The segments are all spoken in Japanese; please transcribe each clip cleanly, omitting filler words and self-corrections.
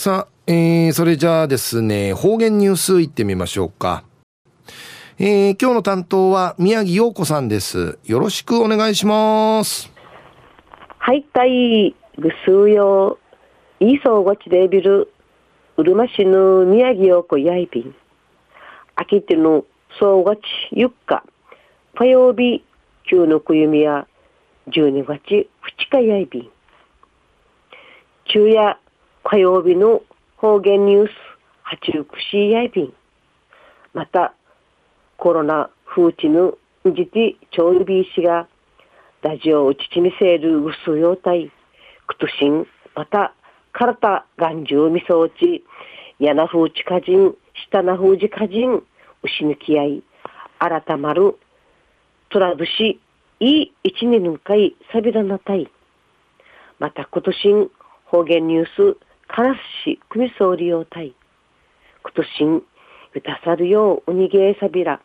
さあ、それじゃあですね、方言ニュースいってみましょうか。今日の担当は宮城陽子さんです。よろしくお願いします。 はいたいぐすうよいそうごちでびるうるま市の宮城陽子やいびんあきてのそうごちゆっか火曜日旧のくゆみや12月2日やいびん昼夜火曜日の方言ニュース八くしやいびんまたコロナ風知のじてちょうびいしがラジオをちちみせるぐすようたいくとしんまたからたがんじゅうみそうちやなふうちかじんしたなふうじかじんうしぬきあいあらたまるとらどしいい一年のかいさびらなたいまたことしん方言ニュースからすしくみそうりようたいことしんゆたさるよううにげえさびら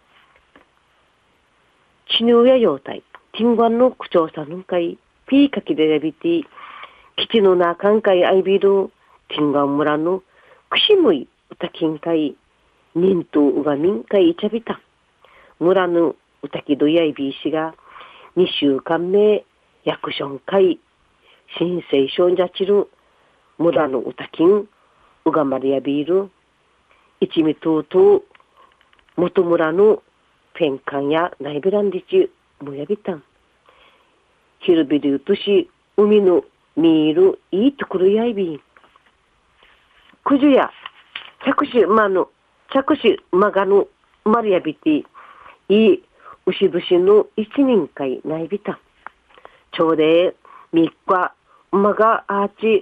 ちぬうやようたいティンガンの区長さんの会ピーカキでやびて基地のなかんかいあいびるティンガン村のくしむいうたきんかい人とうがみんかいいちゃびた村のうたきどやいびいしが2週間目役所会新生少女ちる村のうたきんうがまりやびる一味とうとう元村のペンカンやナイベランディチもやびたんひるびりうとし海の見えるいいところやいびんくじゅや着手まがのまりやびていい牛年の一人会ないびたちょうで3日まがあーち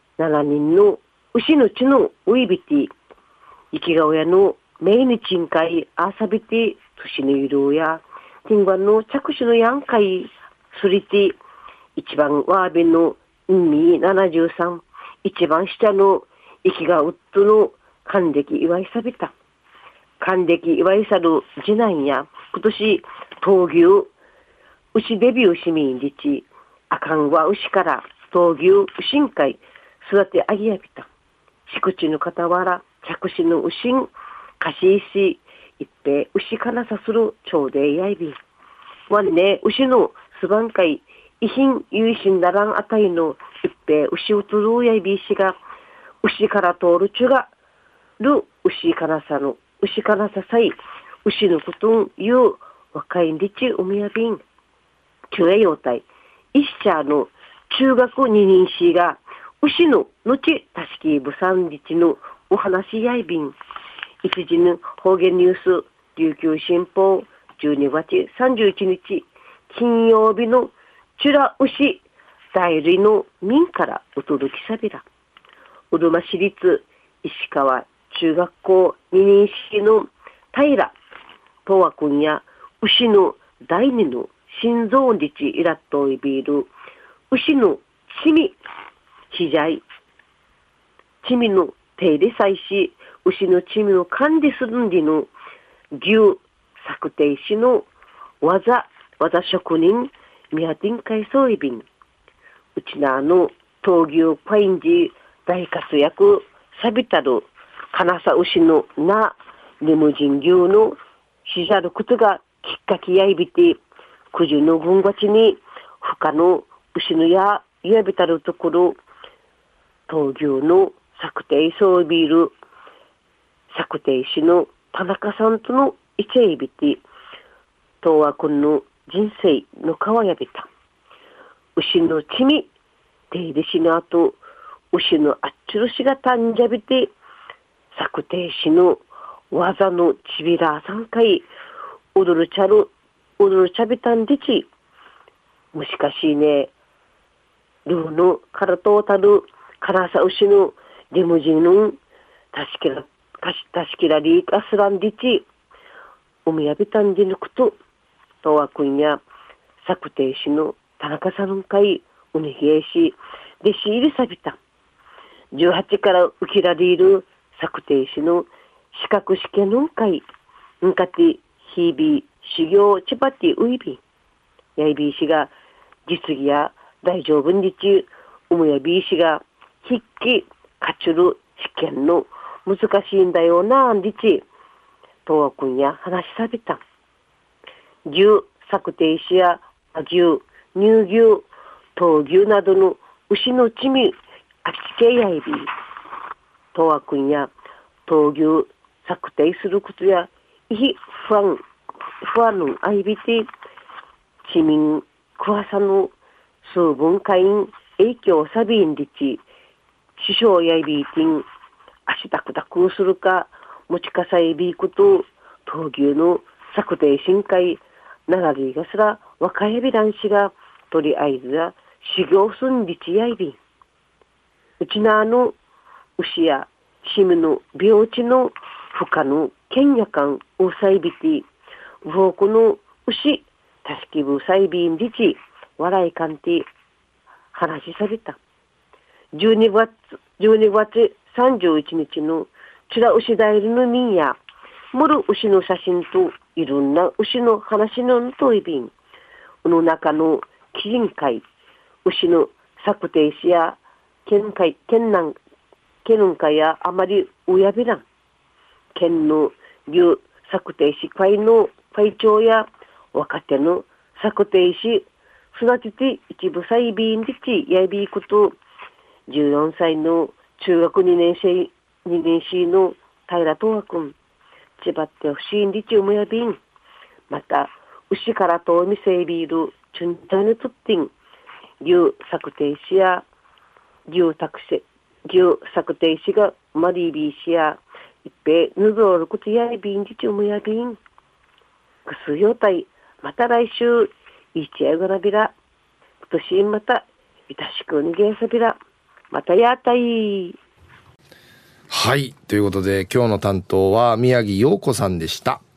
7人の牛の血のういびて生きが親の命日ん会あさびて年の色やティンガンの着手のやん会すりて一番ワービンの海73一番下の生きがうっとの還暦祝いさびた還暦祝いさる次男や今年闘牛牛デビュー市民立地あかんわ牛から闘牛牛ん会育てあげやびた敷地の傍ら着手の牛ん貸し石一平牛からさする朝礼やいびんわんね牛のすばんかい遺品有心ならんあたいの一平牛うとるやいびしが牛から通るちゅがる牛からささい牛のことん言う若いんりちうみやびん中やようたい一社の中学二人しが牛ののちたしきぶさんりちのお話やいびん一時の方言ニュース琉球新報12月31日金曜日のチュラ牛代理の民からお届けさびらうるま市立石川中学校二人式の平とわくんや牛の第二の心臓日イラッといびる牛のチミひじゃいチミの手入れ祭し牛のチミを管理するんでの牛作定しの技職人ミヤティンカイソイビンうちなの闘牛パインジ大活躍サビタル金さ牛のなリムジン牛のしじゃることがきっかけやいびて九十の分がちに他の牛のやびたるところ闘牛の作定ソイビル作定師の田中さんとのイチェイビティ東和君の人生の川やびた牛の血み手入れしの後牛のあっちゅるしが誕生びて作定師の技のちびら3回踊るちゃびたんでちもしかしねルーのからとうたるからさ牛のリムジンのたしきらりかすらんでちおみやびたんでぬくと東和君や作定師の田中さんの会うにひえし弟子入りさびた18から受けられる作定師の資格試験の会んかて日々修行ちばってういびやいびいしが実技や大丈夫にちうむやびいしが筆記勝ちる試験の難しいんだよな、んりち、とわくんや話しさびた。牛、策定しや和牛、乳牛、闘牛などの牛の地味、あちけやいび、とわくんや闘牛、策定することや、不安のあいびて、市民、くわさぬ数分会員、影響サビンリチ、師匠やいびいてん、足ダクダクするか、持ちかさいびいこと、闘牛の策定深海、ならりがすら若いびらんしが、とりあえずや修行すんりちやいびん。うちなの牛やシムの病地の不可の剣やかんうさいびて、うほくの牛、たすきぶさいびんりち、笑いかんて、話しされた。12月31日のチラ牛ダイルのみんや、もる牛の写真といろんな牛の話のといびん、この中の基人会、牛の策定しや、県の会やあまりうやびらん、県の牛策定し会の会長や若手の策定し、育てて一部細ビンでちやびいこと、14歳の中学2年生の平とわくん、千葉ってほしいんでちうむやびん、また、牛からとみせいびる、チュンチャネトッティン、牛策定しや、牛策定しがマリービーしや、一平ぬぞることやいびんでちうむやびん、ぐすよたい、また来週、いちやぐらびら、今年また、いたしくにげさびら、またやったい。 はい。ということで、今日の担当は宮城陽子さんでした。